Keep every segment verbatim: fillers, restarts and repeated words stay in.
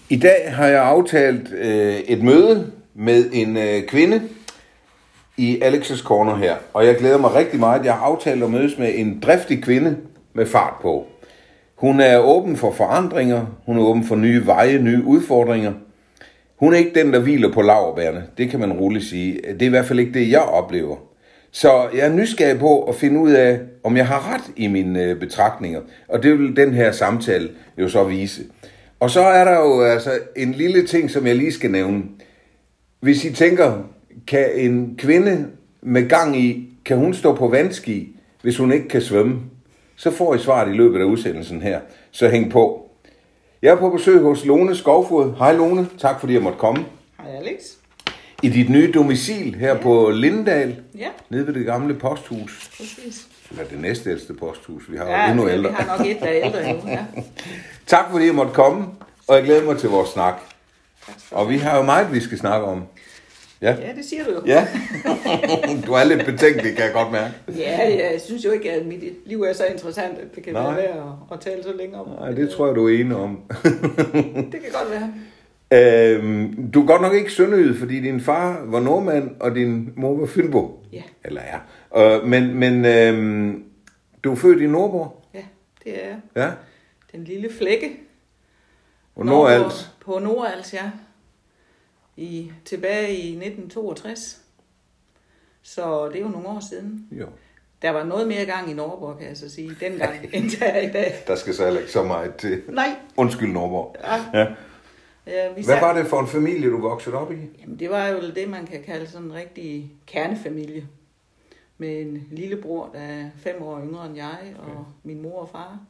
I dag har jeg aftalt øh, et møde med en øh, kvinde i Alex's Corner her. Og jeg glæder mig rigtig meget. Jeg har aftalt at mødes med en driftig kvinde med fart på. Hun er åben for forandringer. Hun er åben for nye veje, nye udfordringer. Hun er ikke den, der hviler på laurbærrene. Det kan man roligt sige. Det er i hvert fald ikke det, jeg oplever. Så jeg er nysgerrig på at finde ud af, om jeg har ret i mine øh, betragtninger. Og det vil den her samtale jo så vise. Og så er der jo altså en lille ting, som jeg lige skal nævne. Hvis I tænker, kan en kvinde med gang i, kan hun stå på vandski, hvis hun ikke kan svømme? Så får I svaret i løbet af udsendelsen her. Så hæng på. Jeg er på besøg hos Lone Skovfod. Hej Lone, tak fordi jeg måtte komme. Hej Alex. I dit nye domicil her ja. på Lindendal, ja. nede ved det gamle posthus. Præcis. Eller det næstældste posthus, vi har ja, endnu ældre. vi har nok et, der er ældre nu. Ja. Tak fordi jeg måtte komme, og jeg glæder mig til vores snak. Og vi har jo meget, vi skal snakke om. Ja, ja det siger du jo. Ja, du er lidt betænkelig, kan jeg godt mærke. Ja, jeg synes jo ikke, at mit liv er så interessant, at det kan Nej. være værd at, at tale så længe om. Nej, det tror jeg, du er enig om. Det kan godt være. Øhm, du er godt nok ikke sønderjyde, fordi din far var nordmand, og din mor var fynbo. Ja. Eller ja. Øh, men men øhm, du er født i Nordborg? Ja, det er jeg. Ja. Den lille flække. Og Nordals? På Nordals, ja. I, tilbage i nitten toogtres. Så det er jo nogle år siden. Jo. Der var noget mere gang i Nordborg, kan jeg så sige, dengang, end der er i dag. Der skal så heller ikke så meget til. Nej. Undskyld Nordborg. Ja. Ja. Ja, vi Hvad var det for en familie, du voksede op i? Jamen, det var jo det, man kan kalde sådan en rigtig kernefamilie. Med en lillebror, der er fem år yngre end jeg, og okay. min mor og far.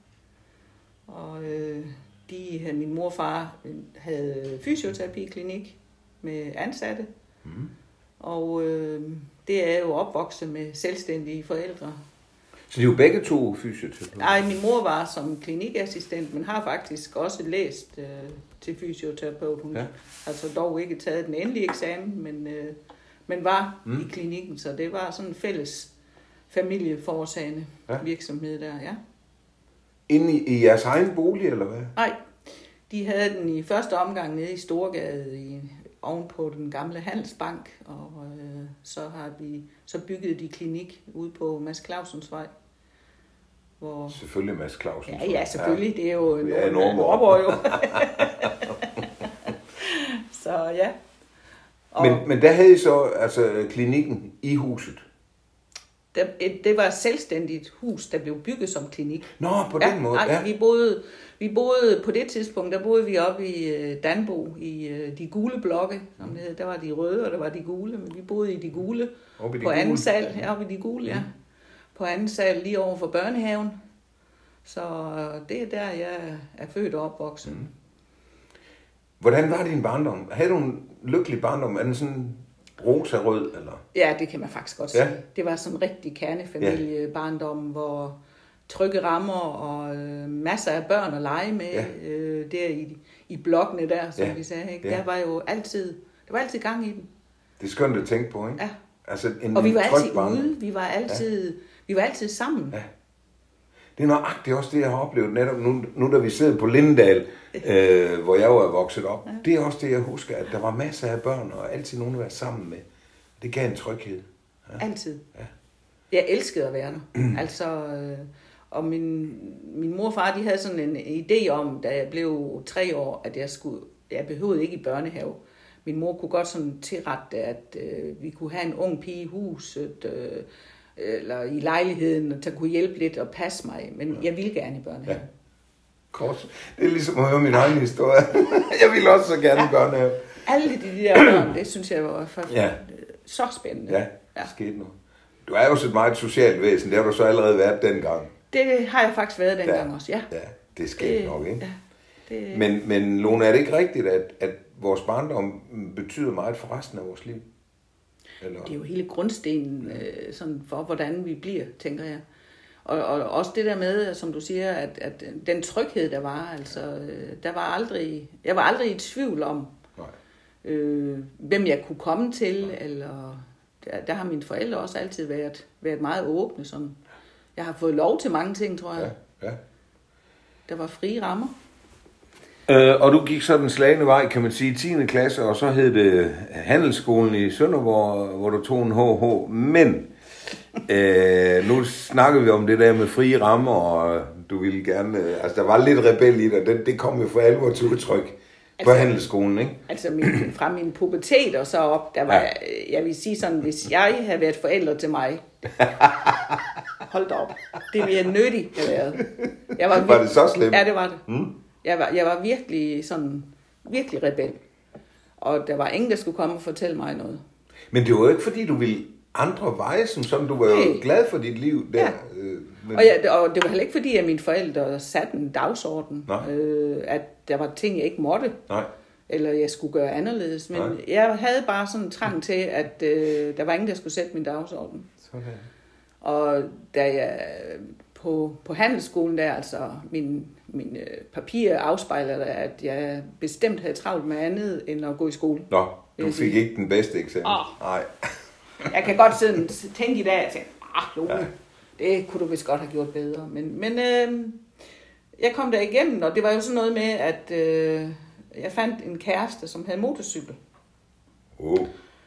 Og øh, de, min mor og far havde fysioterapiklinik med ansatte. Mm. Og øh, det er jo opvokset med selvstændige forældre. Så de er jo begge to fysioterapeuter? Nej, min mor var som klinikassistent, men har faktisk også læst øh, til fysioterapeut. Hun ja. har så dog ikke taget den endelige eksamen, men, øh, men var mm. i klinikken, så det var sådan en fælles familieforårsagende ja. virksomhed der, ja. Inde i, i jeres egen bolig, eller hvad? Nej, de havde den i første omgang nede i Storgade, i, ovenpå den gamle Handelsbank, og øh, så har vi så bygget de klinik ude på Mads Clausens Vej. Hvor... Selvfølgelig Mads Clausens Vej. Ja, ja, selvfølgelig. Ja. Det er jo en ja, Nordborg jo. Så ja. Og men, men der havde I så altså klinikken i huset? Der, det var et selvstændigt hus, der blev bygget som klinik. Nå, på den ja, måde. Nej, ja. vi boede, vi boede på det tidspunkt, der boede vi oppe i Danbo, i de gule blokke, som det hed. Der var de røde, og der var de gule, men vi boede i de gule. Oppe i de på gule. anden sal, ja, oppe i de gule, ja. Mm. På anden sal lige over for børnehaven. Så det er der, jeg er født og opvokset. Mm. Hvordan var din barndom? Havde du en lykkelig barndom? Er den sådan rosa-rød, eller? Ja, det kan man faktisk godt sige. Ja. Det var sådan en rigtig kernefamiliebarndom, ja. hvor trygge rammer og øh, masser af børn at lege med, ja. øh, der i, i blokkene der, som ja. vi sagde. Ikke? Ja. Der var jo altid, der var altid gang i den. Det er skønt at tænke på, ikke? Ja. Altså, en, og vi var en altid barndom. ude, vi var altid, ja. vi var altid sammen. Ja. Det er nøjagtigt også det, jeg har oplevet netop nu, nu da vi sidder på Lindendal, øh, hvor jeg var vokset op. Ja. Det er også det, jeg husker, at der var masser af børn, og altid nogen at være sammen med. Det gav en tryghed. Ja. Altid. Ja. Jeg elskede at være der. altså, øh, og min, min mor og far, de havde sådan en idé om, da jeg blev tre år, at jeg skulle, jeg behøvede ikke i børnehave. Min mor kunne godt sådan tilrette, at øh, vi kunne have en ung pige i huset, øh, eller i lejligheden, der kunne hjælpe lidt og passe mig, men ja. jeg ville gerne i børnehave. Ja. Kort. Det er ligesom at høre min egen historie. Jeg ville også så gerne ja. i børnehave. Alle de der børn, det synes jeg var for, ja. så spændende. Ja, det skete noget. Du er jo så et meget socialt væsen, det har du så allerede været dengang. Det har jeg faktisk været dengang ja. også, ja. Ja, det skete nok, ikke? Ja, det... Men, men Lone, er det ikke rigtigt, at, at vores barndom betyder meget for resten af vores liv? Eller? Det er jo hele grundstenen øh, sådan for, hvordan vi bliver, tænker jeg. Og, og også det der med, som du siger, at, at den tryghed, der var, altså, øh, der var aldrig, jeg var aldrig i tvivl om, øh, hvem jeg kunne komme til, Nej. eller der, der har mine forældre også altid været, været meget åbne. Sådan. Jeg har fået lov til mange ting, tror jeg. Ja, ja. Der var frie rammer. Øh, og du gik så den slagne vej, kan man sige, tiende klasse, og så hed det Handelsskolen i Sønderborg, hvor du tog en H H. Men øh, nu snakker vi om det der med frie rammer, og du ville gerne... Øh, altså, der var lidt rebel i dig. Det, det kom jo for alvor til udtryk på altså, Handelsskolen, ikke? Altså, min, fra min pubertet og så op, der var... Ja. Jeg vil sige sådan, hvis jeg havde været forældre til mig... Hold da op. Det ville jeg nødig have været. Jeg var, virkelig, var det så slemt? Ja, det var det. Mm. Jeg var, jeg var virkelig sådan, virkelig rebel. Og der var ingen, der skulle komme og fortælle mig noget. Men det var jo ikke, fordi du ville andre veje, som sådan, du var jo hey. glad for dit liv der. Ja. Øh, men... og, jeg, og det var heller ikke, fordi at mine forældre satte en dagsorden. Øh, at der var ting, jeg ikke måtte. Nej. Eller jeg skulle gøre anderledes. Men Nej. jeg havde bare sådan en trang til, at øh, der var ingen, der skulle sætte min dagsorden. Sådan. Og da jeg på, på handelsskolen der, altså min, min øh, papir afspejler, at jeg bestemt havde travlt med andet, end at gå i skole. Nå, du fik ikke den bedste eksamen. Oh. Nej. Jeg kan godt sidde tænke i dag, og tænke, ah, Lone, ja. det kunne du vist godt have gjort bedre. Men, men øh, jeg kom der igennem, og det var jo sådan noget med, at øh, jeg fandt en kæreste, som havde motorcykel. Oh.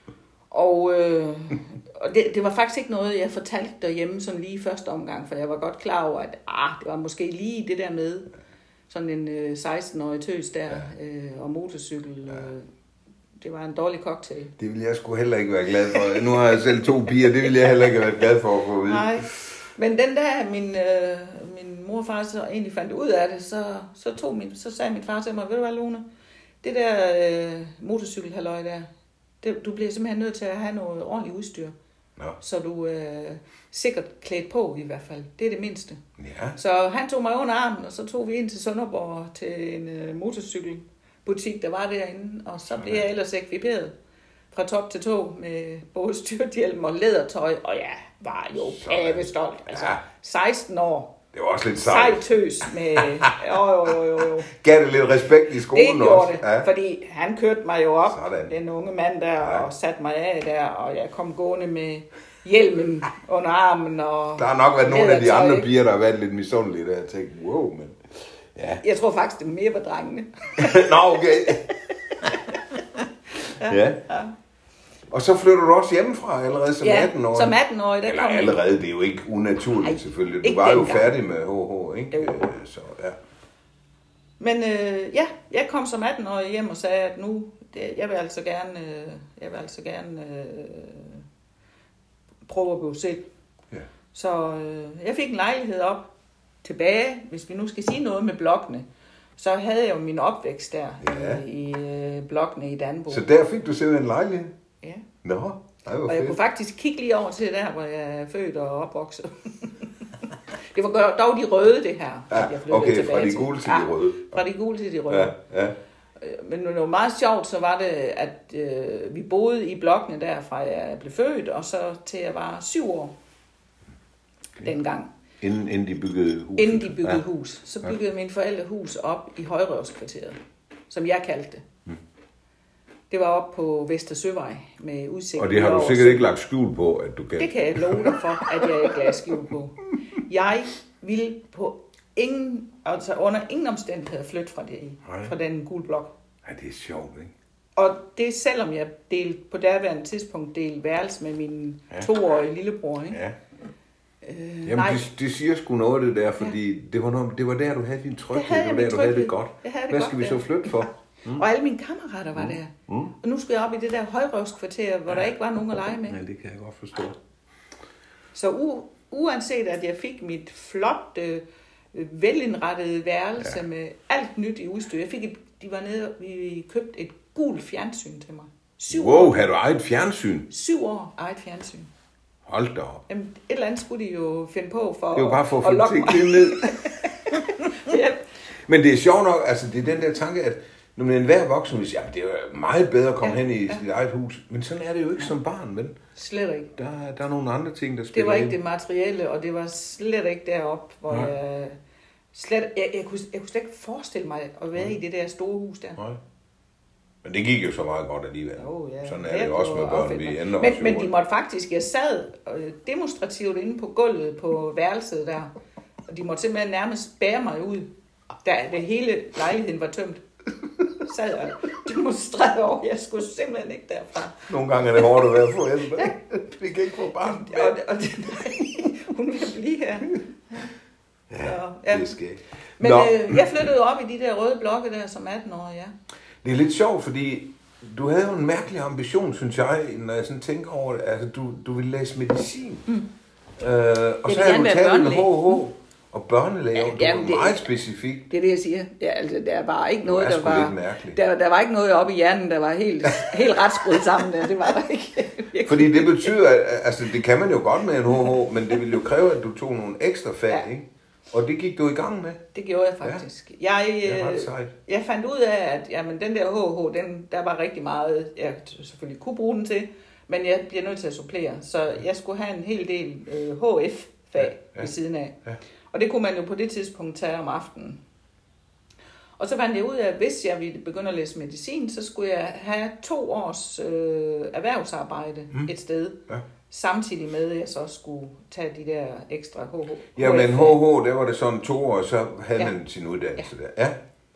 Og, øh, og det, det var faktisk ikke noget, jeg fortalte derhjemme sådan lige i første omgang, for jeg var godt klar over, at ah, det var måske lige det der med sådan en øh, seksten-årig tøs der, ja. øh, og motorcykel. Øh, det var en dårlig cocktail. Det ville jeg sgu heller ikke være glad for. Nu har jeg selv to piger, det ville jeg heller ikke have været glad for at få at vide. Nej, men den der, min, øh, min mor og far så egentlig fandt ud af det, så, så, tog min, så sagde min far til mig, ved du hvad, Lone, det der øh, motorcykelhalløj der, det, du bliver simpelthen nødt til at have noget ordentligt udstyr. Ja. Så du er øh, sikkert klædt på i hvert fald. Det er det mindste. Ja. Så han tog mig under armen, og så tog vi ind til Sønderborg til en øh, motorcykelbutik, der var derinde. Og så blev jeg ellers ekviperet fra top til tå med både styrthjelm og lædertøj. Og jeg var jo pavestolt. Altså ja. seksten år. Det var også lidt sejt. Sej tøs med... Jo, jo, jo, jo, jo. Gav det lidt respekt i skolen også? Det gjorde også. det, Ja. fordi han kørte mig jo op, Sådan. den unge mand der, Ja. og satte mig af der, og jeg kom gående med hjelmen under armen. Og der har nok været nogle af de andre piger, der har været lidt misundelige der. Jeg tænkte, wow, men... Ja. Jeg tror faktisk, det mere var drengene. Nå, okay. ja. ja. ja. Og så flytter du også hjemmefra allerede som ja, atten år. som atten-årig. Eller allerede, det er jo ikke unaturligt. Ej, selvfølgelig. Du var jo færdig med H H, ikke? Jo. Så, ja. Men øh, ja, jeg kom som atten-årig hjem og sagde, at nu, det, jeg vil altså gerne, øh, jeg vil altså gerne øh, prøve at blive selv. Ja. Så øh, jeg fik en lejlighed op tilbage, hvis vi nu skal sige noget med blokkene. Så havde jeg jo min opvækst der ja. øh, i øh, blokkene i Danborg. Så der fik du simpelthen en lejlighed? Ja. Nå, ej, og jeg fedt. Kunne faktisk kigge lige over til der, hvor jeg er født og opvokset. Det var dog de røde, det her. Ja, jeg okay, tilbage fra de gule til, til de røde. Ja, fra de gule til de røde. Ja, ja. Men når det var meget sjovt, så var det, at øh, vi boede i blokkene der, fra jeg blev født, og så til jeg var syv år okay. dengang. Inden, inden de byggede hus? Inden de byggede ja. hus. Så byggede ja. mine forældre hus op i Højrøvskvarteret, som jeg kaldte det. Hmm. Det var op på Vestersøvej med udsigt. Og det har du sikkert ikke lagt skjul på, at du kan. Det kan jeg love dig for, at jeg ikke lagde skjul på. Jeg ville på ingen, altså under ingen omstændigheder flytte fra, det, fra den gule blok. Ja, det er sjovt, ikke? Og det selvom jeg delte, på derværende tidspunkt delte værelse med min ja. toårige lillebror, ikke? Ja. Øh, Jamen, det, det siger sgu noget det der, fordi ja. det, var noget, det var der, du havde din tryghed, det, det var der, du havde det godt. Havde det Hvad godt skal vi der. så flytte for? Mm. Og alle mine kammerater var mm. der. Mm. Og nu skulle jeg op i det der Højrøvskvarter, hvor ja. der ikke var nogen at lege med. Ja, det kan jeg godt forstå. Så u- uanset at jeg fik mit flotte, velindrettede værelse ja. med alt nyt i udstyr. Jeg fik et, de var nede, vi købte et gult fjernsyn til mig. Syv wow, år. havde du eget fjernsyn? Syv år eget fjernsyn. Hold da op. Jamen, et eller andet skulle de jo finde på for det var bare for at, at få tingene ned. ja. Men det er sjovt nok, altså det er den der tanke, at når man er enhver voksen, vil sige, at det er meget bedre at komme ja, hen i ja. sit eget hus. Men sådan er det jo ikke ja. som barn, vel? Slet ikke. Der, der er nogle andre ting, der spiller. Det var ikke ind. Det materielle, og det var slet ikke deroppe, hvor ja. jeg... Slet, jeg, jeg, kunne, jeg kunne slet ikke forestille mig at være ja. i det der store hus der. Nej. Men det gik jo så meget godt alligevel. Jo, ja. Sådan er det jo også med børn, vi ændrer men, os. Men de måtte faktisk, jeg sad demonstrativt inde på gulvet på værelset der, og de måtte simpelthen nærmest bære mig ud, da det hele lejligheden var tømt. sad jeg og demonstrerede over, jeg skulle simpelthen ikke derfra. Nogle gange er det hårdt at være forældre. Vi kan ikke få barn. Og, og det, nej, hun vil blive her. Ja, så, ja. det er skægt. Men øh, jeg flyttede op i de der røde blokke der som atten-årig, ja. Det er lidt sjovt, fordi du havde jo en mærkelig ambition, synes jeg, når jeg sådan tænker over det. Altså, du, du ville læse medicin. Mm. Øh, og så havde du taget med H H og børnelæge. Ja, det var meget specifikt. Det er det, jeg siger. Ja, altså, der var ikke noget, der var... Lidt der, der var ikke noget oppe i hjernen, der var helt, helt ret skruet sammen. Der. Det var der ikke. Fordi det betyder, at altså, det kan man jo godt med en H H, men det ville jo kræve, at du tog nogle ekstra fag, ja. Ikke? Og det gik du i gang med? Det gjorde jeg faktisk. Ja. Jeg, jeg, jeg fandt ud af, at jamen, den der H H, den, der var rigtig meget, jeg selvfølgelig kunne bruge den til, men jeg bliver nødt til at supplere. Så jeg skulle have en hel del øh, H F-fag ja, ja. ved siden af. Ja. Og det kunne man jo på det tidspunkt tage om aftenen. Og så fandt jeg ud af, at hvis jeg ville begynde at læse medicin, så skulle jeg have to års øh, erhvervsarbejde mm. et sted. Ja. Samtidig med, at jeg så skulle tage de der ekstra H H. Ja, men H H, der var det sådan to år, så havde ja. man sin uddannelse ja. der. Ja.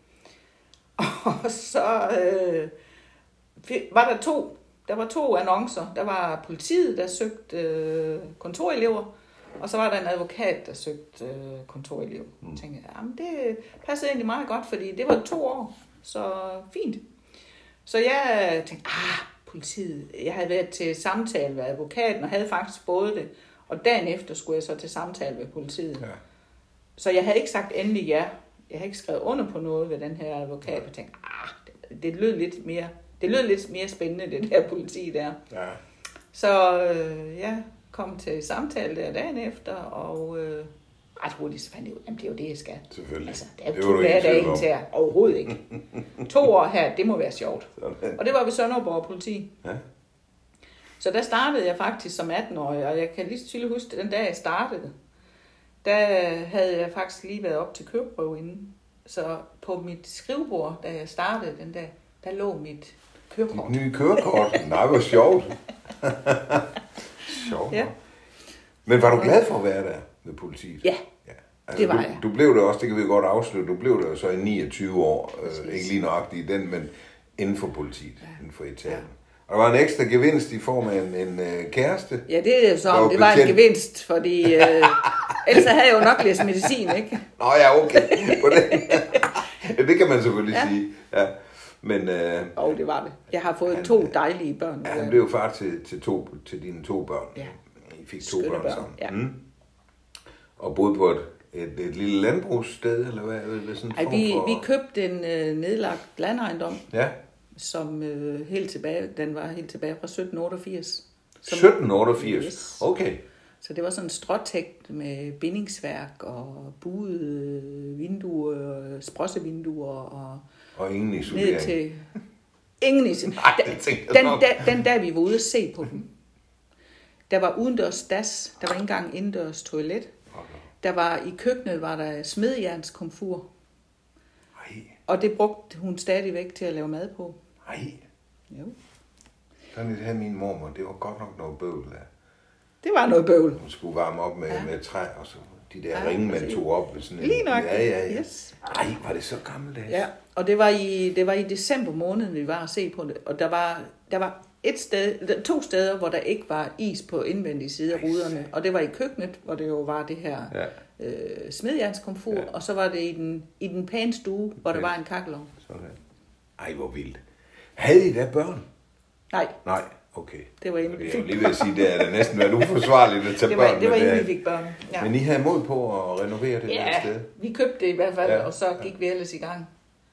Og så øh, var der to, der var to annoncer. Der var politiet, der søgte øh, kontorelever, og så var der en advokat, der søgte øh, kontorelever. Mm. Jeg tænkte, jamen det passede egentlig meget godt, fordi det var to år, så fint. Så jeg tænkte, ah, politiet. Jeg havde været til samtale ved advokaten, og havde faktisk både det. Og dagen efter skulle jeg så til samtale ved politiet. Ja. Så jeg havde ikke sagt endelig ja. Jeg havde ikke skrevet under på noget ved den her advokat. Ja. Jeg tænkte, ah, det, det lød lidt mere, det lød lidt mere spændende, det der politi der. Ja. Så øh, jeg kom til samtale der dagen efter, og øh, ret hurtigt så fandt jeg ud, jamen det er jo det, jeg skal. Selvfølgelig. Altså, det er jo to hverdagen til overhovedet ikke. To år her, det må være sjovt. Sådan. Og det var ved Sønderborg politi. Ja. Så der startede jeg faktisk som atten-årig, og jeg kan lige så tydeligt huske, den dag jeg startede, der havde jeg faktisk lige været op til køreprøve inden. Så på mit skrivebord, da jeg startede den dag, der lå mit kørekort. Dit nye kørekort? Nej, hvor sjovt. Sjovt. Ja. Men var du glad for at være der med politiet? Ja. Altså, det var du, jeg. Du blev det også, det kan vi godt afsløre, du blev det så i niogtyve år, øh, ikke lige nøjagtigt i den, men inden for politiet, ja. inden for Italien. Ja. Og der var en ekstra gevinst i form af en, en øh, kæreste. Ja, det er så, var det var betjent. En gevinst, fordi øh, ellers havde jeg jo nok læst medicin, ikke? Nå ja, okay. Ja, det kan man selvfølgelig ja. sige. Ja. Men, øh, og det var det. Jeg har fået han, to dejlige børn. Ja, han blev jo far til, til, to, til dine to børn. Ja. I fik to børn, børn sammen. Ja. Mm. Og boede på et, et, et lille landbrugssted, eller hvad? hvad sådan Ej, vi, for... vi købte en øh, nedlagt landejendom, ja. som øh, helt tilbage, den var helt tilbage fra sytten otteogfirs. Som, sytten otteogfirs? Yes. Okay. Så det var sådan en stråtægt med bindingsværk og buede vinduer, sprossevinduer og... Og ingen isolering. Ned til... Ingen isolering. Nej, det den, den, den, den dag, vi var ude at se på dem, der var udendørs das, der var ikke engang indendørs toilet. Der var i køkkenet, var der smedjernskomfur. Nej. Og det brugte hun stadigvæk til at lave mad på. Nej. Jo. Sådan det havde min mormor, det var godt nok noget bøvl der. Det var noget bøvl. Hun skulle varme op med, ja. med træ, og så de der ja, ringe, man tog op. Sådan lige nok. Ja, ja, ja. Yes. Ej, var det så gammeldags. Ja, og det var i, det var i december måned, vi var at se på det. Og der var, der var et sted, to steder, hvor der ikke var is på indvendige side af ruderne. Og det var i køkkenet, hvor det jo var det her ja. øh, smedjernskomfur. Ja. Og så var det i den, i den pæne stue, hvor der var en kakkelovn. Sådan. Ej, hvor vildt. Havde I da børn? Nej. Nej, okay. Det var inden vi fik børn. Jeg lige vil sige, det er da næsten været uforsvarligt at tage det var, børn. Det var inden vi fik børn. Ja. Men I havde mod på at renovere det ja, der sted? Vi købte det i hvert fald, ja. og så gik vi ellers i gang.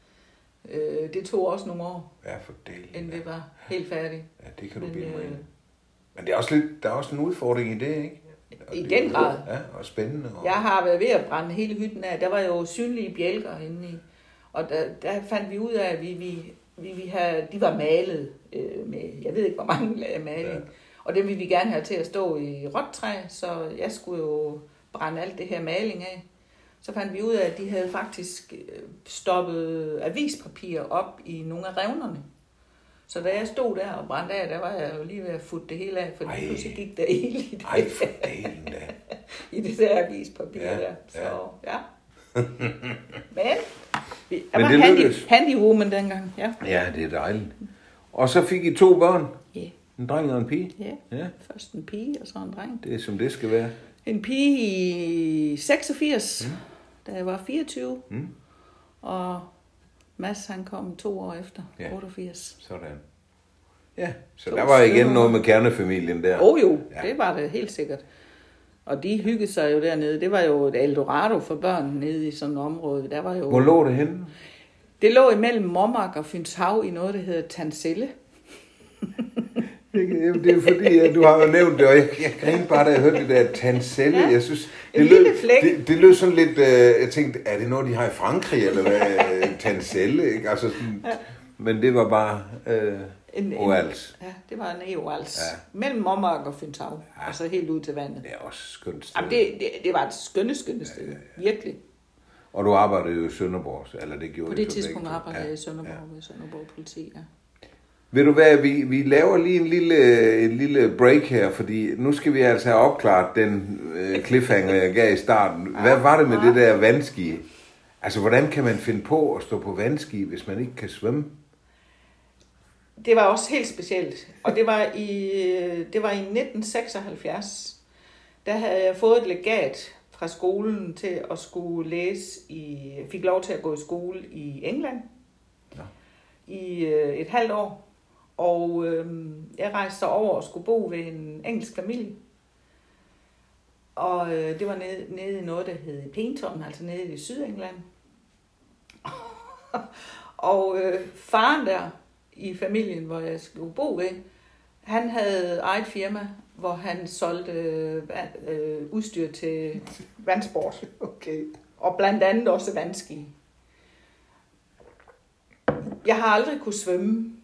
Øh, det tog også nogle år, ja, for delen, inden det var helt færdigt. Ja, det kan du bilde mig ind. Men det er også lidt, der er også en udfordring i det, ikke? Og I den grad. Ja, og spændende. Og... Jeg har været ved at brænde hele hytten af. Der var jo synlige bjælker inde i. Og der, der fandt vi ud af, at vi, vi, vi, vi havde, de var malet øh, med, jeg ved ikke hvor mange lag maling. Ja. Og det ville vi gerne have til at stå i råt træ, så jeg skulle jo brænde alt det her maling af. Så fandt vi ud af, at de havde faktisk stoppet avispapir op i nogle af revnerne. Så da jeg stod der og brændte af, der var jeg jo lige ved at futte det hele af, for lige pludselig gik der ild i det, ej, for delen da. i det der avispapir ja, der. Så ja. ja. Men, vi, Men var det handy, lykkedes. handywoman dengang, ja. Ja, det er dejligt. Og så fik I to børn. Ja. Yeah. En dreng og en pige. Ja, Ja. først en pige og så en dreng. Det er som det skal være. En pige i seksogfirs, mm. da jeg var fireogtyve. Mm. Og Mads, han kom to år efter, Ja. otteogfirs. Sådan. Ja, så To der var igen stykker. noget med kernefamilien der. Oh jo, Ja. det var det helt sikkert. Og de hyggede sig jo dernede. Det var jo et Eldorado for børn nede i sådan et område. Der var jo... Hvor lå det henne? Det lå imellem Mommark og Fynshav i noget, der hedder Tanselle. Det er jo fordi, at du har jo nævnt det, og jeg, jeg grinte bare, da jeg hørte det der Tanselle. Ja. Jeg synes, det En lød, lille flæk. det, det lød sådan lidt, øh, jeg tænkte, er det noget, de har i Frankrig, eller hvad? Tanselle, ikke? Altså sådan, ja. Men det var bare øh, En, Oals. Ja, det var en Oals. Ja. Mellem Mommark og Fynshav. Ja. Og så helt ud til vandet. Det er også skønt sted. Jamen, det, det, det var et skønne, skønne sted. Ja, ja, ja. Virkelig. Og du arbejdede jo i Sønderborg, eller det gjorde På I det så tidspunkt begge to. arbejdede jeg Ja, i Sønderborg ja. ved Sønderborg Politi, ja. Ved du hvad, vi, vi laver lige en lille, en lille break her, fordi nu skal vi altså have opklaret den øh, cliffhanger, jeg gav i starten. Hvad var det med det der vandski? Altså, hvordan kan man finde på at stå på vandski, hvis man ikke kan svømme? Det var også helt specielt. Og det var i, det var i nitten seksoghalvfjerds. Der havde jeg fået et legat fra skolen til at skulle læse i... Fik lov til at gå i skole i England. Ja. I øh, et halvt år. Og øh, jeg rejste så over og skulle bo ved en engelsk familie. Og øh, det var nede, nede i noget, der hed Penton, altså nede i Sydengland. Og øh, faren der i familien, hvor jeg skulle bo ved, han havde eget firma, hvor han solgte øh, øh, udstyr til vandsport. Okay. Og blandt andet også vandski. Jeg har aldrig kunne svømme.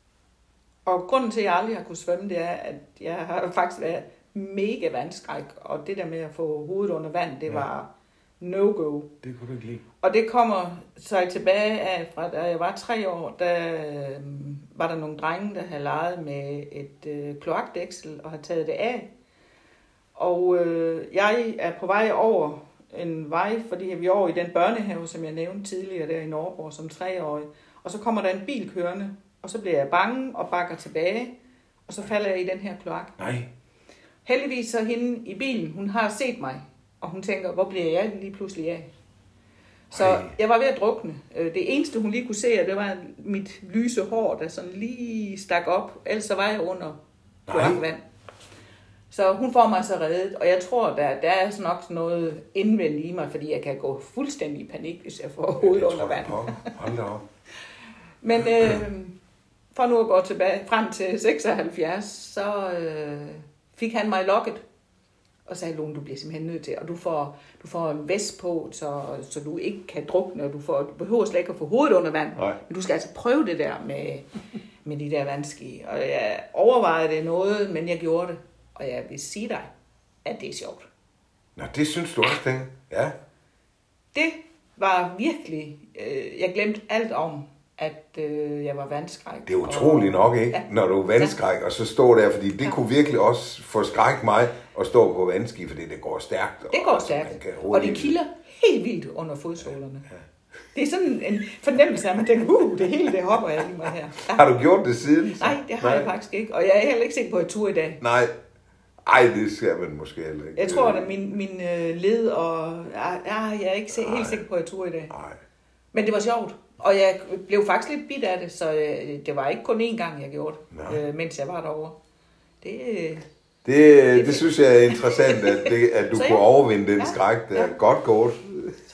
Og grunden til, at jeg aldrig har kunne svømme, det er, at jeg har faktisk været mega vandskræk. Og det der med at få hovedet under vand, det ja. var no-go. Det kunne du ikke lide. Og det kommer så tilbage af, fra da jeg var tre år, der øh, var der nogle drenge, der havde leget med et øh, kloakdæksel og havde taget det af. Og øh, jeg er på vej over en vej, fordi vi er over i den børnehave, som jeg nævnte tidligere der i Norgeborg som treårig. Og så kommer der en bil kørende, og så bliver jeg bange og bakker tilbage, og så falder jeg i den her kloak. Nej. Heldigvis så hende i bilen, hun har set mig, og hun tænker, hvor bliver jeg lige pludselig af? Så Ej. jeg var ved at drukne. Det eneste, hun lige kunne se, det var mit lyse hår, der sådan lige stak op. Ellers så var jeg under kloakvand. Så hun får mig så reddet, og jeg tror, der, der er så nok noget indvendigt i mig, fordi jeg kan gå fuldstændig i panik, hvis jeg får hovedet under vand. Hold da op. Men øh, for nu at gå tilbage frem til seksoghalvfjerds, så øh, fik han mig lokket. Og sagde, Lone, du bliver simpelthen nødt til, og du får, du får en vest på, så, så du ikke kan drukne, og du, får, du behøver slet ikke at få hovedet under vand. Nej. Men du skal altså prøve det der med, med de der vandski. Og jeg overvejede det noget, men jeg gjorde det. Og jeg vil sige dig, at det er sjovt. Nå, det synes du også, det? Ja. Det var virkelig, øh, jeg glemte alt om, at øh, jeg var vandskræk. Det er utroligt og, nok, ikke? Ja. Når du er vandskræk, ja. Og så står der, fordi det ja. kunne virkelig også forskrække mig at stå på vandski, fordi det går stærkt. Det går stærkt, og, og det kilder helt vildt under fodsålerne. Ja. Ja. Det er sådan en fornemmelse af, at man tænker, uh, det hele det hopper jeg i mig her. Ja. Har du gjort det siden? Så? Nej, det har Nej. jeg faktisk ikke, og jeg er heller ikke sikker på et tur i dag. Nej. Ej, det skal man måske heller ikke. Jeg tror, at min, min øh, led og... Ja, jeg er ikke helt sikker på et tur i dag. Nej. Men det var sjovt. Og jeg blev faktisk lidt bit af det, så øh, det var ikke kun én gang, jeg gjorde det, øh, mens jeg var derovre. Det, det, det, det synes jeg er interessant, at, det, at du så, ja. kunne overvinde den ja. skræk. Det er ja. godt gået. Så...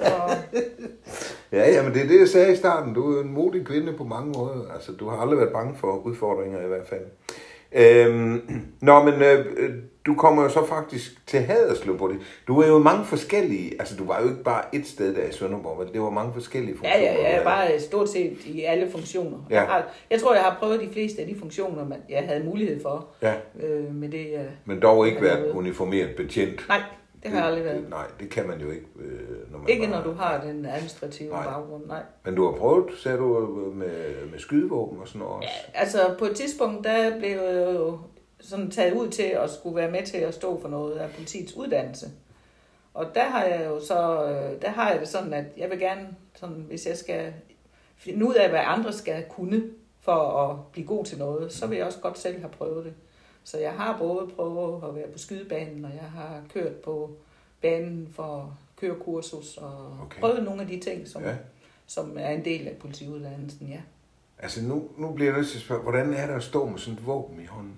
ja, jamen det er det, jeg sagde i starten. Du er en modig kvinde på mange måder. Altså, du har aldrig været bange for udfordringer i hvert fald. Øhm, nå, men øh, du kommer jo så faktisk til Haderslev på det. Du er jo mange forskellige, altså du var jo ikke bare et sted der i Sønderborg, men det var mange forskellige funktioner. Ja, ja, ja, bare stort set i alle funktioner. Ja. Jeg, har, jeg tror, jeg har prøvet de fleste af de funktioner, man, jeg havde mulighed for. Ja. Øh, med det, jeg, men dog ikke været uniformeret betjent. Nej, det har jeg aldrig været. Det, nej, det kan man jo ikke. Øh, når man ikke bare, når du har den administrative nej. baggrund, nej. Men du har prøvet, sagde du, med, med skydevåben og sådan noget også? Ja, altså på et tidspunkt, der blev jeg jo sådan taget ud til at skulle være med til at stå for noget af politiets uddannelse. Og der har jeg jo så, der har jeg det sådan, at jeg vil gerne, sådan, hvis jeg skal finde ud af, hvad andre skal kunne for at blive god til noget, så vil jeg også godt selv have prøvet det. Så jeg har både prøvet at være på skydebanen, og jeg har kørt på banen for kørekursus, og okay. prøvet nogle af de ting, som, ja. som er en del af politiuddannelsen, ja. Altså nu, nu bliver jeg nødt til at spørge, hvordan er det at stå med sådan et våben i hånden?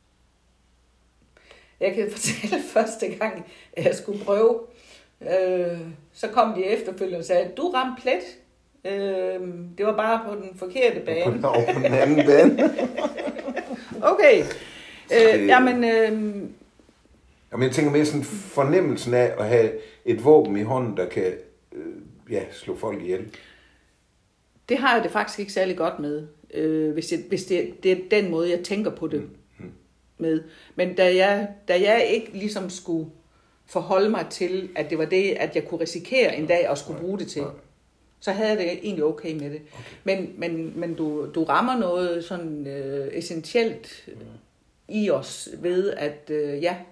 Jeg kan fortælle første gang, at jeg skulle prøve. Øh, så kom de efterfølgende og sagde, du ramte plet. Øh, det var bare på den forkerte bane. På den, over på den anden bane. Okay. Øh, jamen, øh, jamen, jeg tænker mere sådan fornemmelsen af at have et våben i hånden, der kan øh, ja, slå folk ihjel. Det har jeg det faktisk ikke særlig godt med, øh, hvis, jeg, hvis det, det er den måde, jeg tænker på det. Mm. Med. Men da jeg, da jeg ikke ligesom skulle forholde mig til, at det var det, at jeg kunne risikere en dag at skulle bruge det til, så havde jeg det egentlig okay med det. Okay. Men, men, men du, du rammer noget sådan øh, essentielt i os ved, at øh, ja,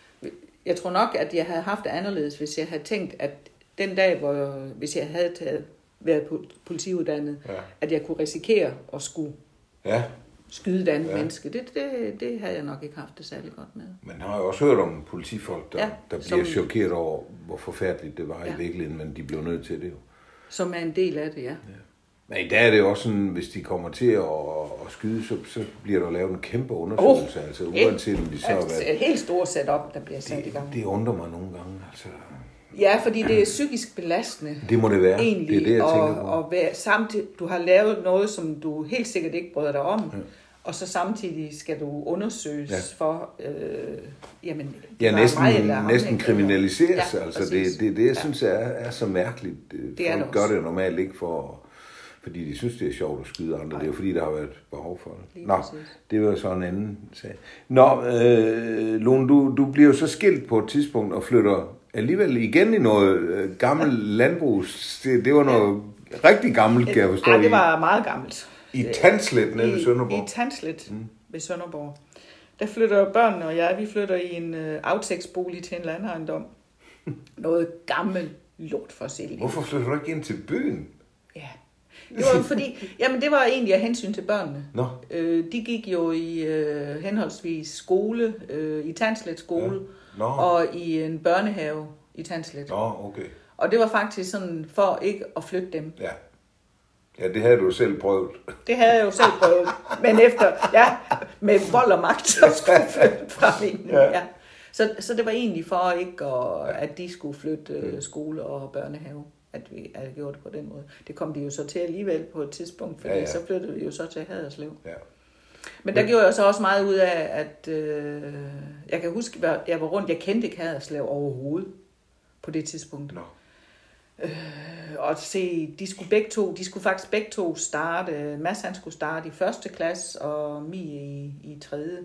jeg tror nok, at jeg havde haft det anderledes, hvis jeg havde tænkt, at den dag, hvor hvis jeg havde taget, været politiuddannet, ja. at jeg kunne risikere at skulle ja. skyde et andet ja. menneske. Det, det, det havde jeg nok ikke haft det særlig godt med. Man har jo også hørt om politifolk, der, ja, der bliver som, chokeret over, hvor forfærdeligt det var ja. i virkeligheden, men de blev nødt til det jo. Som er en del af det, ja. ja. Men i dag er det jo også sådan, hvis de kommer til at, at skyde, så, så bliver der lavet en kæmpe undersøgelse. Oh, altså uanset om de så har været... Et helt stort setup, der bliver sat det, i gang. Det undrer mig nogle gange, altså... Ja, fordi det er psykisk belastende. Det må det være. Egentlig, det er det, jeg tænker på. Og, og være, samtidig, du har lavet noget, som du helt sikkert ikke bryder dig om, ja. og så samtidig skal du undersøges ja. for, øh, jamen, ja, næsten, mig, næsten kriminaliseres. Ja, altså, det, det, det, jeg synes, er, er så mærkeligt. Det Folk gør det normalt ikke for, fordi de synes, det er sjovt at skyde andre. Nej. Det er jo fordi, der har været behov for det. Lige Nå, præcis. Det var så en anden sag. Nå, øh, Lone, du, du bliver jo så skilt på et tidspunkt og flytter alligevel igen i noget øh, gammelt landbrugs. Det, det var noget ja. rigtig gammelt, kan jeg forstå. Ja, det var meget gammelt. I Tandslet nede ved Sønderborg? I Tandslet mm. ved Sønderborg. Der flytter børnene og jeg, vi flytter i en øh, aftægtsbolig til en landejendom. Noget gammelt lort for sig. Hvorfor flytter du ikke ind til byen? Ja, det var fordi, jamen det var egentlig af hensyn til børnene. Nå. Øh, de gik jo i øh, henholdsvis skole, øh, i Tandslet skole, ja. og i en børnehave i Tandslet. Nå, okay. Og det var faktisk sådan for ikke at flytte dem. Ja. Ja, det havde du selv prøvet. Det havde jeg jo selv prøvet. Men efter, ja, med vold og magt, så skulle jeg flytte fra min. Ja. Ja. Så, så det var egentlig for ikke, at, at de skulle flytte skole og børnehave, at vi havde gjort det på den måde. Det kom de jo så til alligevel på et tidspunkt, fordi ja, ja. så flyttede vi jo så til Haderslev. Ja. Men der Men... gjorde jeg så også meget ud af, at øh, jeg kan huske, at jeg var rundt, jeg kendte ikke Haderslev overhovedet på det tidspunkt. No. Øh, og se, de skulle begge to, de skulle faktisk begge to starte. Mads han skulle starte i første klasse, og Mie i, i tredje.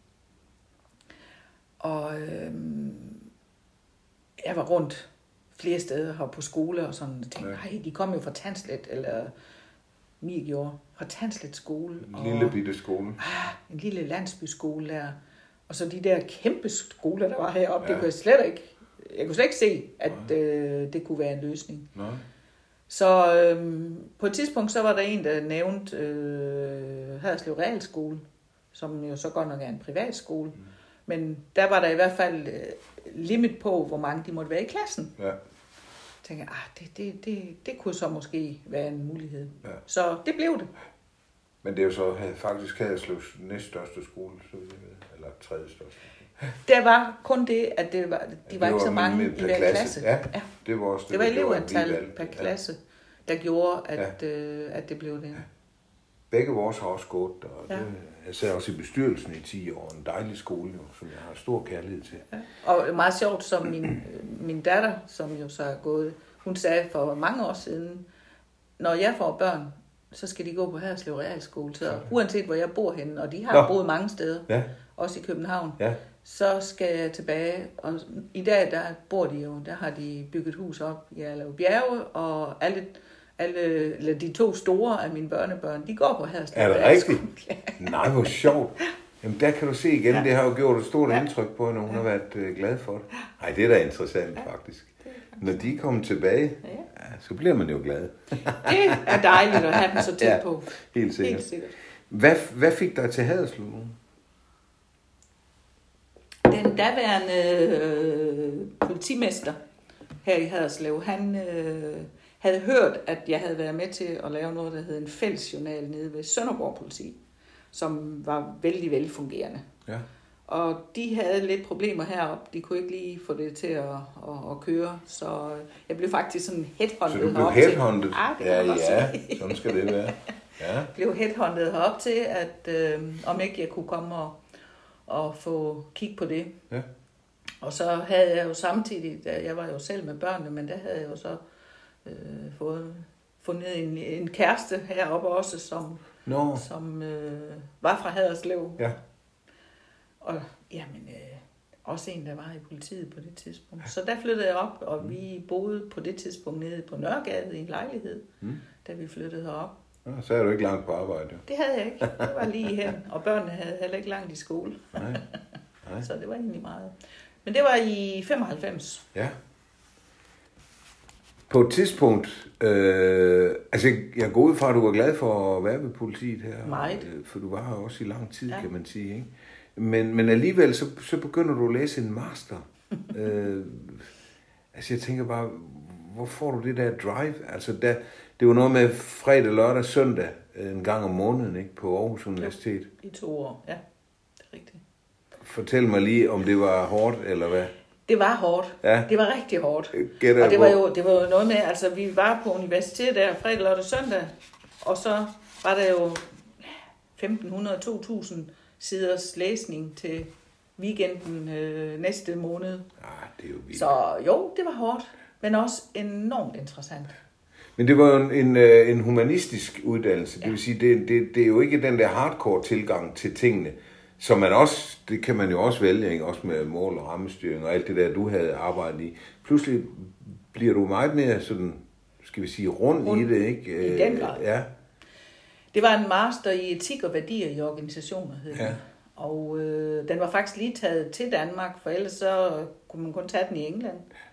Og øh, jeg var rundt flere steder her på skole og sådan, og tænkte, nej, de kom jo fra Tandslet, eller Mie gjorde, fra Tandslet skole. En lille og, bitte skole. Ah, en lille landsbyskole der. Og så de der kæmpe skoler, der var heroppe, ja. det kunne jeg slet ikke. Jeg kunne slet ikke se, at øh, det kunne være en løsning. Nej. Så øh, på et tidspunkt, så var der en, der nævnte øh, Haderslev Realskole, som jo så godt nok er en privatskole. Mm. Men der var der i hvert fald øh, limit på, hvor mange de måtte være i klassen. Ja. Jeg tænkte, ah, det, det, det, det kunne så måske være en mulighed. Ja. Så det blev det. Men det er jo så faktisk Haderslevs næststørste skole, så jeg ved, eller tredje største. Der var kun det, at det var, de ja, var ikke var så mange i hver klasse. klasse. Ja, ja, det var også det. Det var elevantal per klasse, der gjorde, at, ja. øh, at det blev det. Ja. Begge vores har også gået, og ja. det, jeg sad også i bestyrelsen i ti år, en dejlig skole, jo, som jeg har stor kærlighed til. Ja. Og meget sjovt, som min, min datter, som jo så er gået, hun sagde for mange år siden, når jeg får børn, så skal de gå på Haderslev Realskole, så uanset hvor jeg bor henne, og de har Nå. boet mange steder, ja. også i København, ja. så skal jeg tilbage, og i dag, der bor de jo, der har de bygget hus op i Allev Bjerge, og alle, alle, eller de to store af mine børnebørn, de går på Haderslev. Er det rigtigt? Ja. Nej, hvor sjovt. Jamen der kan du se igen, ja. det har jo gjort et stort ja. indtryk på hende, og hun ja. har været øh, glad for det. Nej, det er da interessant ja. faktisk. Når de kommer tilbage, Ja. ja, så bliver man jo glad. Det er dejligt at have dem så tæt Ja, på. helt sikkert. Helt sikkert. Hvad, hvad fik dig til Haderslev? Den daværende øh, politimester her i Haderslev, han øh, havde hørt, at jeg havde været med til at lave noget, der hed en fællesjournal nede ved Sønderborg Politi, som var vældig velfungerende. Ja. Og de havde lidt problemer heroppe. De kunne ikke lige få det til at, at, at køre, så jeg blev faktisk sådan headhunted Så du blev herop headhunted? til. Ah, det ja, kan man ja, sige. sådan skal det være. Ja. Blev headhunted herop til, at øh, om ikke jeg kunne komme og, og få kig på det. Ja. Og så havde jeg jo samtidig, da jeg var jo selv med børnene, men der havde jeg jo så øh, fået fundet en, en kæreste heroppe også, som, Nå. som øh, var fra Haderslev. Ja. Og jamen, øh, også en, der var i politiet på det tidspunkt. Så der flyttede jeg op, og mm. vi boede på det tidspunkt nede på Nørregade i en lejlighed, mm. da vi flyttede herop. Ja, så er du ikke langt på arbejde. Jo. Det havde jeg ikke. Det var lige hen, og børnene havde heller ikke langt i skole. Nej. Nej. Så det var egentlig meget. Men det var i femoghalvfems. Ja. På et tidspunkt, øh, altså jeg går ud fra, at du var glad for at være ved politiet her. Meget. For du var her også i lang tid, ja. kan man sige. Ikke? Men, men alligevel, så, så begynder du at læse en master. øh, altså jeg tænker bare, hvor får du det der drive? Altså der, det var noget med fredag, lørdag, søndag, en gang om måneden, ikke, på Aarhus Universitet. Jo, i to år, ja. Det er rigtigt. Fortæl mig lige, om det var hårdt, eller hvad? Det var hårdt. Ja. Det var rigtig hårdt. Gætter og det var, jo, det var jo noget med, altså vi var på universitetet der fredag, lørdag, søndag, og så var der jo femten hundrede til to tusind siders læsning til weekenden øh, næste måned. Ah, det er jo vildt. Så jo, det var hårdt, men også enormt interessant. Men det var jo en, en, en humanistisk uddannelse. Ja. Det vil sige, det, det, det er jo ikke den der hardcore tilgang til tingene, som man også, det kan man jo også vælge, ikke? Også med mål og rammestyring og alt det der, du havde arbejdet i. Pludselig bliver du meget mere sådan, skal vi sige, rund, rund i det, ikke? I den grad. Ja. Det var en master i etik og værdier i organisationer, hed ja. den. Og øh, den var faktisk lige taget til Danmark, for ellers så kunne man kun tage den i England.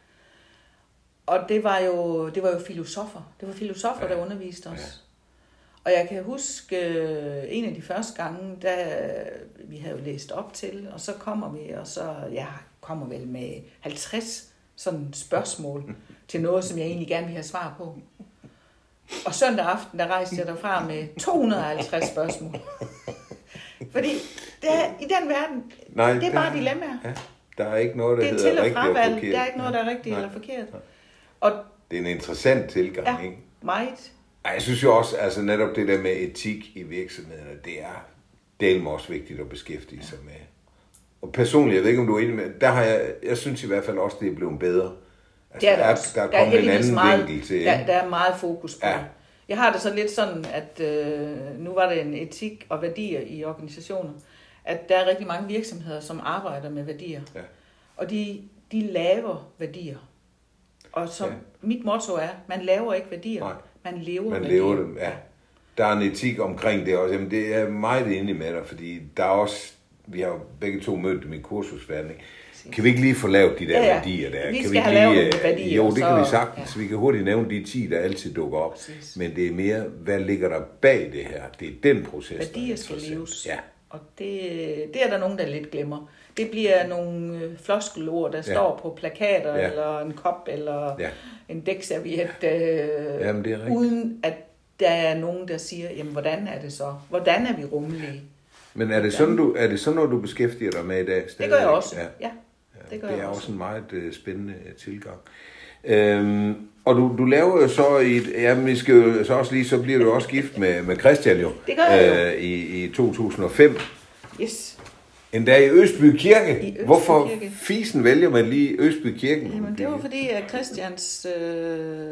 Og det var jo, det var jo filosofer. Det var filosofer, ja. Der underviste os. Ja. Og jeg kan huske øh, en af de første gange, da vi havde jo læst op til, og så kommer vi, og så jeg kommer vel med halvtreds sådan spørgsmål til noget, som jeg egentlig gerne vil have svar på. Og søndag aften, der rejste jeg derfra med to hundrede og halvtreds spørgsmål. Fordi det er, i den verden, Nej, det er bare der, dilemmaer. Ja, der er ikke noget, der det hedder rigtigt og forkert. Der er ikke noget, der er rigtigt eller forkert. Og det er en interessant tilgang, ja, ikke? meget. Jeg synes jo også, altså netop det der med etik i virksomhederne, det er delvis også vigtigt at beskæftige sig med. Og personligt, jeg ved ikke, om du er enig med, der har jeg, jeg synes i hvert fald også, det er blevet bedre. Altså, det er der, der, også. der er der er kommet en anden meget, vinkel til. Der, der er meget fokus på. Ja. Jeg har det så lidt sådan, at øh, nu var det en etik og værdier i organisationer, at der er rigtig mange virksomheder, som arbejder med værdier. Ja. Og de, de laver værdier. Og som ja. Mit motto er, man laver ikke værdier, Nej. man lever man værdier. lever dem, ja. Der er en etik omkring det også. Jamen, det er meget enig med dig, fordi der er også, vi har jo begge to mødt dem i kursusverden, ikke? Kan vi ikke lige få lavet de der ja, ja. værdier der? Vi kan skal vi have lige, lavet nogle værdier. Jo, det så, kan vi sagtens. Ja. Vi kan hurtigt nævne de ti, der altid dukker op. Præcis. Men det er mere, hvad ligger der bag det her? Det er den proces, værdier skal leves. Ja. Og det, det er der nogen, der lidt glemmer. Det bliver nogle floskelord, der ja. står på plakater, ja. eller en kop, eller ja. en dækserviet, øh, Jamen, uden at der er nogen, der siger, jamen, hvordan er det så? Hvordan er vi rummelige? Men er det, sådan, du, er det sådan noget, du beskæftiger dig med i dag? Stadig? Det gør jeg også, ja. ja. Det, gør det er jeg også også en meget uh, spændende uh, tilgang. Øhm, og du, du laver jo så i et, ja, vi skal jo så også lige, så bliver du også gift med, med Christian jo. Det gør jeg øh, i, i to tusind og fem. Yes. Endda i Østby Kirke. I Østby Hvorfor Kirke. Fisen vælger man lige Østby Kirken? Jamen, det var fordi, at Christians øh,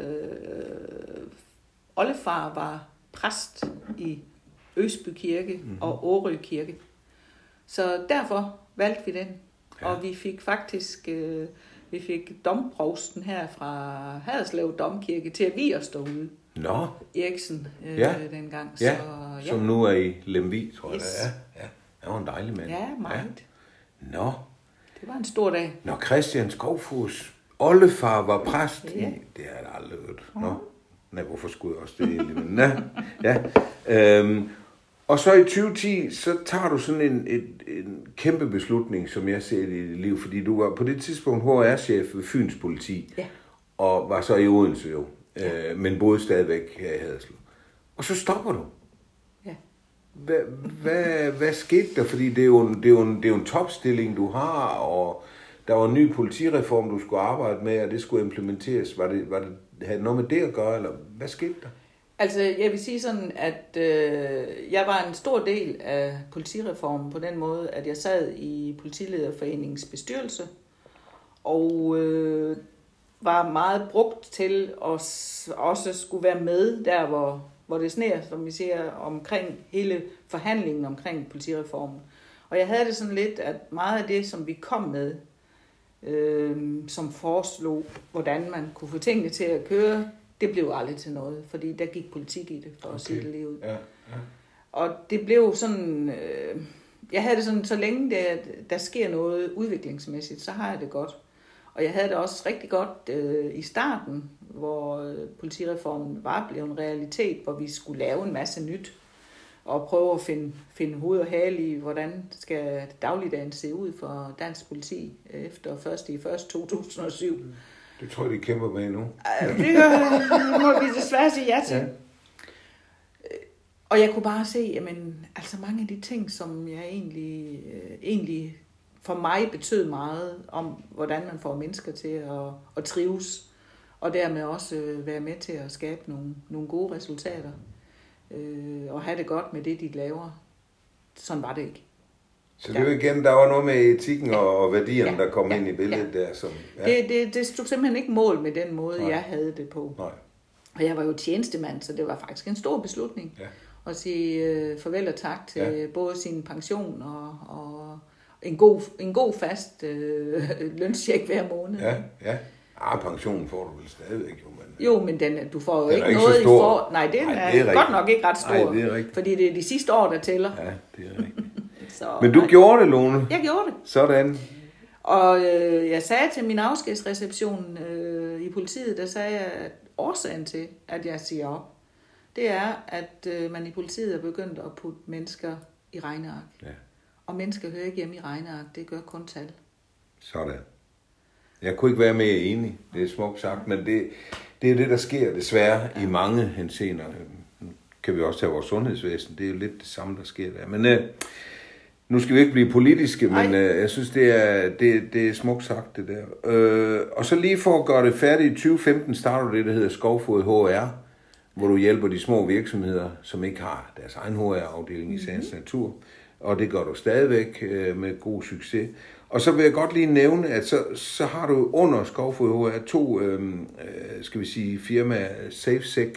oldefar var præst i Østby Kirke mm-hmm. og Årø Kirke. Så derfor valgte vi den. Ja. Og vi fik faktisk øh, vi fik domprovsten her fra Haderslev Domkirke til at vie os derude. Nå. Eriksen øh, ja. dengang. Ja. Så, ja. Som nu er i Lemvig, tror jeg. Yes. Ja. Ja. Han var en dejlig mand. Ja, meget. Ja. Nå. Det var en stor dag. Nå, Christian Skovfos oldefar var præst Ja. i... Det har jeg aldrig hørt. Nå, nej, hvorfor skulle jeg også det egentlig? Men, ja, ja. Øhm, og så i tyve ti, så tager du sådan en, en, en kæmpe beslutning, som jeg ser det i dit liv, fordi du var på det tidspunkt H R-chef ved Fyns Politi, Ja. og var så i Odense jo, ja. øh, men boede stadigvæk her i Haderslev. Og så stopper du. Ja. Hvad, hvad, hvad skete der? Fordi det er, jo en, det, er jo en, det er jo en topstilling, du har, og der var en ny politireform, du skulle arbejde med, og det skulle implementeres. Var det, var det, havde det noget med det at gøre, eller hvad skete der? Altså, jeg vil sige sådan, at øh, jeg var en stor del af politireformen på den måde, at jeg sad i Politilederforeningens bestyrelse, og øh, var meget brugt til at s- også skulle være med der, hvor, hvor det sner, som vi siger, omkring hele forhandlingen omkring politireformen. Og jeg havde det sådan lidt, at meget af det, som vi kom med, øh, som foreslog, hvordan man kunne få tingene til at køre, det blev aldrig til noget, fordi der gik politik i det, for okay. at sige det lige ud. Ja, ja. Og det blev sådan, øh, jeg havde det sådan, så længe der, der sker noget udviklingsmæssigt, så har jeg det godt. Og jeg havde det også rigtig godt øh, i starten, hvor øh, politireformen var blevet en realitet, hvor vi skulle lave en masse nyt, og prøve at finde, finde hoved og hale i, hvordan skal dagligdagen se ud for dansk politi efter første i første to tusind og syv. Det tror jeg, de kæmper med nu. Det må vi desværre sige ja til. Ja. Og jeg kunne bare se, jamen, altså mange af de ting, som jeg egentlig, øh, egentlig for mig betød meget om, hvordan man får mennesker til at, at trives, og dermed også øh, være med til at skabe nogle, nogle gode resultater, øh, og have det godt med det, de laver. Sådan var det ikke. Så det er jo igen, der var noget med etikken ja. og værdierne, ja. der kom ja. ind i billedet ja. der. Som, ja. det, det, det stod simpelthen ikke mål med den måde, Nej. jeg havde det på. Nej. Og jeg var jo tjenestemand, så det var faktisk en stor beslutning. Ja. At sige øh, farvel og tak til ja. både sin pension og, og en, god, en god fast øh, lønscheck hver måned. Ja, ja. Ah, pensionen får du vel stadigvæk jo. Men, jo, men den, du får jo ikke, ikke noget i for... Nej, den Nej, er, det er godt nok ikke ret stor. Nej, det er rigtigt. Fordi det er de sidste år, der tæller. Ja, det er rigtigt. så, men du nej. gjorde det, Lone. Jeg gjorde det. Sådan. Og øh, jeg sagde til min afskedsreception øh, i politiet, der sagde jeg, at årsagen til, at jeg siger op, det er, at øh, man i politiet er begyndt at putte mennesker i regneark. Ja. Og mennesker hører ikke hjemme i regneark, det gør kun tal. Sådan. Jeg kunne ikke være mere enig, det er smukt sagt, men det, det er det, der sker desværre ja. i mange henseender. Nu kan vi også tage vores sundhedsvæsen, det er jo lidt det samme, der sker der. Men øh, nu skal vi ikke blive politiske, men øh, jeg synes, det er, det, det er smukt sagt, det der. Øh, og så lige for at gøre det færdigt, i tyve femten starter det, der hedder Skovfod H R, hvor du hjælper de små virksomheder, som ikke har deres egen H R-afdeling i sagens natur. Og det gør du stadigvæk øh, med god succes. Og så vil jeg godt lige nævne, at så, så har du under Skovfod H R to, øh, skal vi sige, firmaer, SafeSec,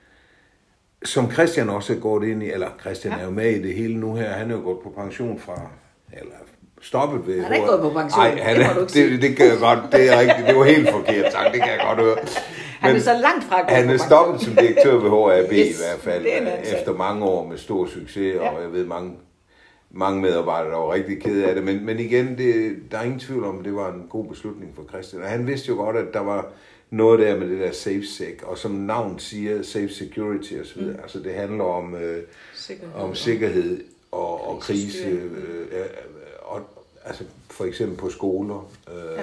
som Christian også er gået ind i, eller Christian ja. er jo med i det hele nu her, han er jo gået på pension fra, eller stoppet ved... Han er ikke gået på pension, Ej, han, det må du ikke sige. det, det kan jeg godt, det er rigtigt, det var helt forkert sagt, det kan jeg godt høre. Han er så langt fra at gå Han er stoppet som direktør ved H R B yes, i hvert fald, efter mange år med stor succes, ja. og jeg ved mange, mange medarbejdere, der var rigtig kede af det. Men, men igen, det, der er ingen tvivl om, det var en god beslutning for Christian. Og han vidste jo godt, at der var noget der med det der SafeSec, og som navn siger, Safe Security osv. Mm. Altså det handler om, øh, sikkerhed, om sikkerhed og, og krise, øh, øh, og, altså for eksempel på skoler, øh, ja.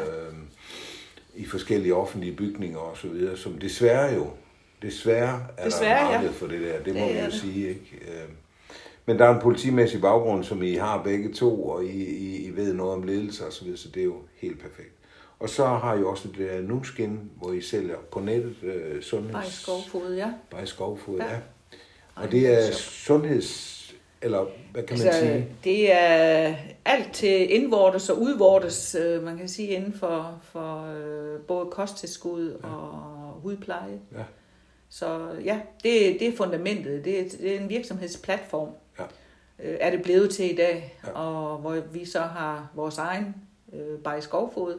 i forskellige offentlige bygninger og så videre, som desværre jo, desværre er desværre, der marked ja. for det der, det, det må vi jo det. sige, ikke? Men der er en politimæssig baggrund, som I har begge to, og I, I, I ved noget om ledelse og så videre, så det er jo helt perfekt. Og så har I også det der Nuskin, hvor I sælger på nettet øh, sundheds... Bare i Skovfod, ja. Bare i Skovfod, ja. ja. Og det er sundheds... Eller hvad kan man altså, sige? Det er alt til indvortes og udvortes, man kan sige, inden for, for både kosttilskud ja. og hudpleje. Ja. Så ja, det, det er fundamentet. Det er, det er en virksomhedsplatform, ja. er det blevet til i dag. Ja. Og hvor vi så har vores egen øh, Bare i Skovfod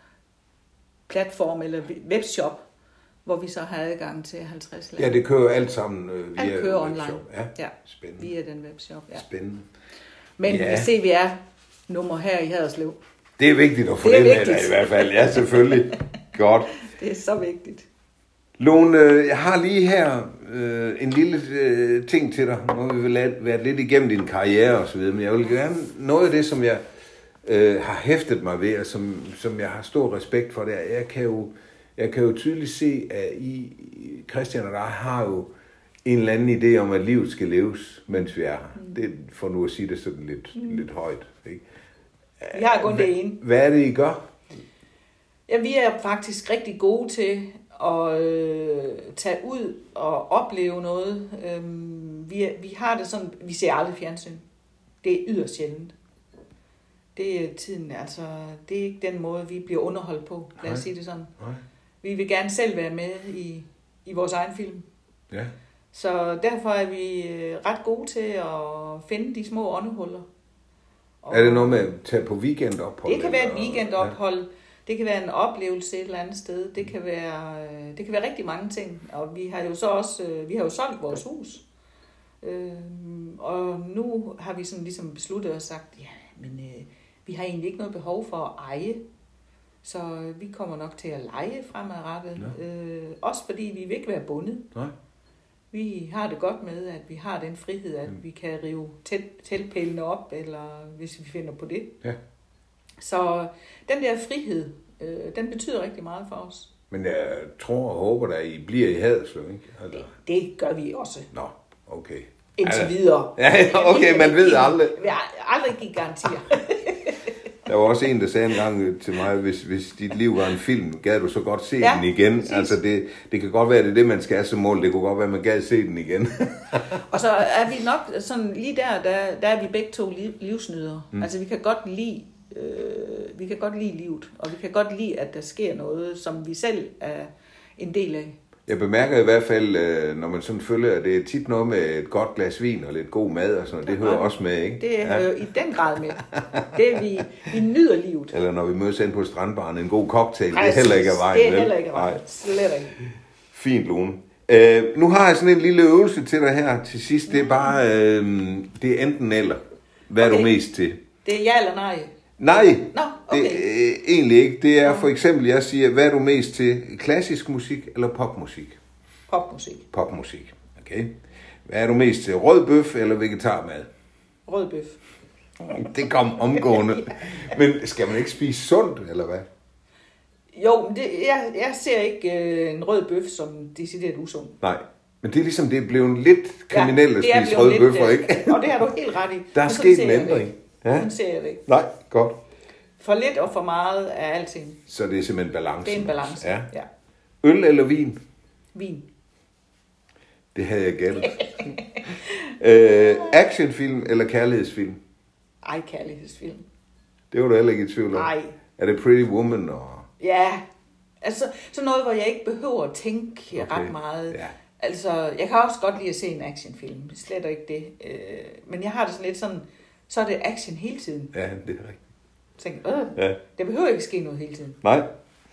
platform eller webshop, hvor vi så har adgang til halvtreds lande. Ja, det kører alt sammen øh, via alt kører webshop. Online. Ja, ja, spændende. Via den webshop, ja. Spændende. Men ja. vi C V R-nummer her i Haderslev. Det er vigtigt at få det, det med i hvert fald. Ja, selvfølgelig. Godt. Det er så vigtigt. Lone, jeg har lige her øh, en lille øh, ting til dig. Nu har vi været lidt igennem din karriere og så videre, men jeg vil gerne, noget af det, som jeg øh, har hæftet mig ved, og som, som jeg har stor respekt for, det er, jeg kan jo, jeg kan jo tydeligt se, at I, Christian og dig, har jo en eller anden idé om, at livet skal leves, mens vi er her. Mm. Det får nu at sige det sådan lidt, mm. lidt højt. Ikke? Vi har kun det ene. Hvad er det, I gør? Ja, vi er faktisk rigtig gode til at øh, tage ud og opleve noget. Øhm, vi, er, vi har det sådan, vi ser aldrig fjernsyn. Det er yderst sjældent. Det er tiden, altså, det er ikke den måde, vi bliver underholdt på, lad os sige det sådan. Nej. Vi vil gerne selv være med i, i vores egen film. Ja. Så derfor er vi ret gode til at finde de små åndehuller. Og er det noget med at tage på weekendophold? Det kan være et weekendophold. Ja. Det kan være en oplevelse et eller andet sted. Det kan være, det kan være rigtig mange ting. Og vi har jo så også, vi har jo solgt vores hus. Og nu har vi sådan ligesom besluttet og sagt, ja, men vi har egentlig ikke noget behov for at eje. Så vi kommer nok til at leje fremadrettet. Ja. Øh, også fordi vi vil ikke være bundet. Nej. Vi har det godt med, at vi har den frihed, at vi kan rive teltpælene op, eller hvis vi finder på det. Ja. Så den der frihed, øh, den betyder rigtig meget for os. Men jeg tror og håber, at I bliver i Haderslev, ikke? Altså. Det, det gør vi også. Nå, okay. Indtil videre. Ja, okay, man ved aldrig. Vi har aldrig givet garantier. Der var også en, der sagde en gang til mig, hvis, hvis dit liv var en film, gad du så godt se ja, den igen? Præcis. Altså det, det kan godt være, det er det, man skal have som mål. Det kunne godt være, man gad se den igen. Og så er vi nok sådan, lige der, der, der er vi begge to livsnydere. Mm. Altså vi kan godt lide, øh, vi kan godt lide livet, og vi kan godt lide, at der sker noget, som vi selv er en del af. Jeg bemærker i hvert fald, når man sådan følger, at det er tit noget med et godt glas vin og lidt god mad og sådan noget. Det hører også med, ikke? Det hører jo i den grad med. Det er vi, vi nyder livet. Eller når vi mødes ind på strandbaren, en god cocktail, Præcis. Det er heller ikke af vejen. Det er heller ikke af vejen. Slet ikke. Fint, Lone. Uh, nu har jeg sådan en lille øvelse til dig her til sidst. Det er bare, uh, det er enten eller. Hvad okay. er du mest til? Det er ja eller nej? Nej, Nå, okay. det er egentlig ikke. Det er for eksempel, jeg siger, hvad er du mest til? Klassisk musik eller popmusik? Popmusik. Popmusik, okay. Hvad er du mest til? Rød bøf eller vegetarmad? Rød bøf. Det kom omgående. Ja. Men skal man ikke spise sundt, eller hvad? Jo, det, jeg, jeg ser ikke øh, en rød bøf som decideret usund. Nej, men det er ligesom, det er blevet lidt kriminelt ja, at spise røde bøffer, ikke? Og det har du helt ret i. Der er sket en ændring. Ja? Sådan ser jeg det ikke. Nej, godt. For lidt og for meget er alting. Så det er simpelthen balance. Det er en balance, ja. ja. Øl eller vin? Vin. Det havde jeg gættet. øh, actionfilm eller kærlighedsfilm? Ej, kærlighedsfilm. Det var du heller ikke i tvivl om. Nej. Er det Pretty Woman? Og... Ja, altså sådan noget, hvor jeg ikke behøver at tænke okay. ret meget. Ja. Altså, jeg kan også godt lide at se en actionfilm. Slet ikke det. Øh, men jeg har det sådan lidt sådan, så er det action hele tiden. Ja, det er rigtigt. Jeg tænker, øh, ja. Det behøver ikke ske noget hele tiden. Nej.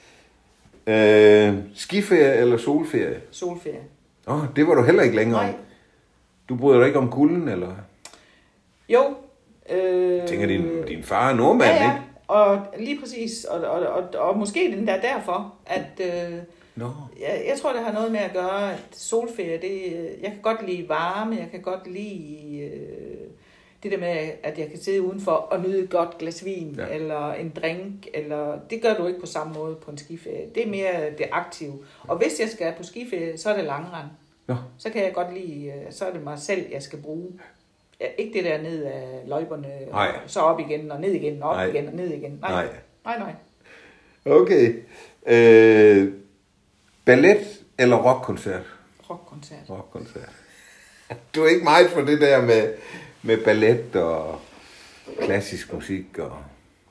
Øh, skiferie eller solferie? Solferie. Åh, oh, det var du heller ikke længere Nej. om. Du bryder dig ikke om kulden, eller? Jo. Øh, jeg tænker, din, din far er nordmand, ja, ja. ikke? Og lige præcis. Og, og, og, og måske den der derfor, at øh, no. jeg, jeg tror, det har noget med at gøre, at solferie, det, jeg kan godt lide varme, jeg kan godt lide øh, det der med, at jeg kan sidde udenfor og nyde et godt glas vin, ja. Eller en drink, eller det gør du ikke på samme måde på en skiferie. Det er mere det aktive. Og hvis jeg skal på skiferie, så er det langrend. Ja. Så kan jeg godt lide, så er det mig selv, jeg skal bruge. Ikke det der ned af løjperne, så op igen, og ned igen, og op nej. igen, og ned igen. Nej, nej, nej. nej. Okay. Øh, ballet eller rockkoncert? Rockkoncert. Rockkoncert. Du er ikke meget for det der med, med ballet og klassisk musik og...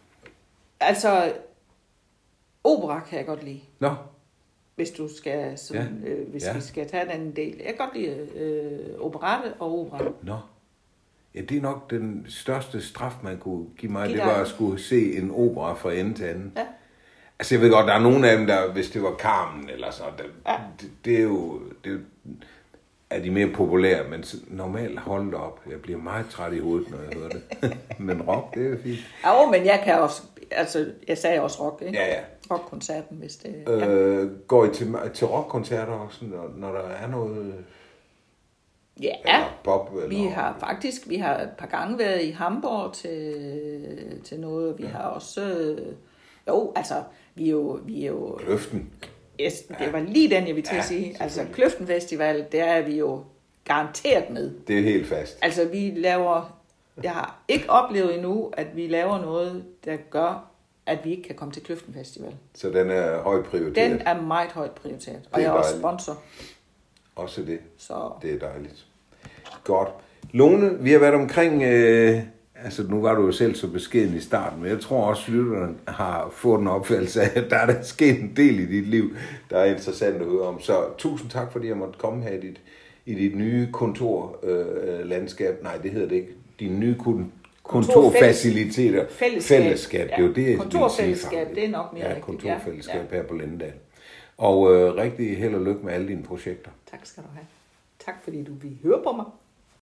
Altså, opera kan jeg godt lide. Nå. Hvis du skal, sådan, ja. øh, hvis ja. vi skal tage en anden del. Jeg kan godt lide øh, operette og opera. Nå. Ja, det er nok den største straf, man kunne give mig. Giv det var at skulle se en opera fra ende til anden. Ja. Altså, jeg ved godt, der er nogle af dem, der, hvis det var Carmen eller sådan, det, ja. det, det er jo... Det er jo er de mere populære, men normalt hold op. Jeg bliver meget træt i hovedet, når jeg hører det. Men rock, det er fint. Ja, men jeg kan også, altså, jeg sagde også rock, ikke? Ja, ja. rockkoncerten, hvis det... Øh, ja. Går I til, til rockkoncerter også, når, når der er noget... Ja, eller pop, eller... vi har faktisk, vi har et par gange været i Hamburg til, til noget, vi ja. har også... Jo, altså, vi er jo... Vi er jo Kløften. Yes, det var lige den, jeg vil til ja, at sige. Altså, Kløften Festival, der er vi jo garanteret med. Det er helt fast. Altså, vi laver... Jeg har ikke oplevet endnu, at vi laver noget, der gør, at vi ikke kan komme til Kløften Festival. Så den er højt prioriteret? Den er meget højt prioriteret. Og jeg er også sponsor. Også det. Så. Det er dejligt. Godt. Lone, vi har været omkring... Øh, altså, nu var du jo selv så beskeden i starten, men jeg tror også, at lytterne har fået en opfattelse af, at der er der sket en del i dit liv, der er interessant at høre om. Så tusind tak, fordi jeg måtte komme her i dit, i dit nye kontorlandskab. Øh, Nej, det hedder det ikke. Dine nye kun, kontorfaciliteter. Fællesskab. Fællesskab, det er jo det, jeg kontorfællesskab, det er nok mere ja, rigtigt. kontorfællesskab ja. her på Lindedal. Og øh, rigtig held og lykke med alle dine projekter. Tak skal du have. Tak fordi du vil høre på mig.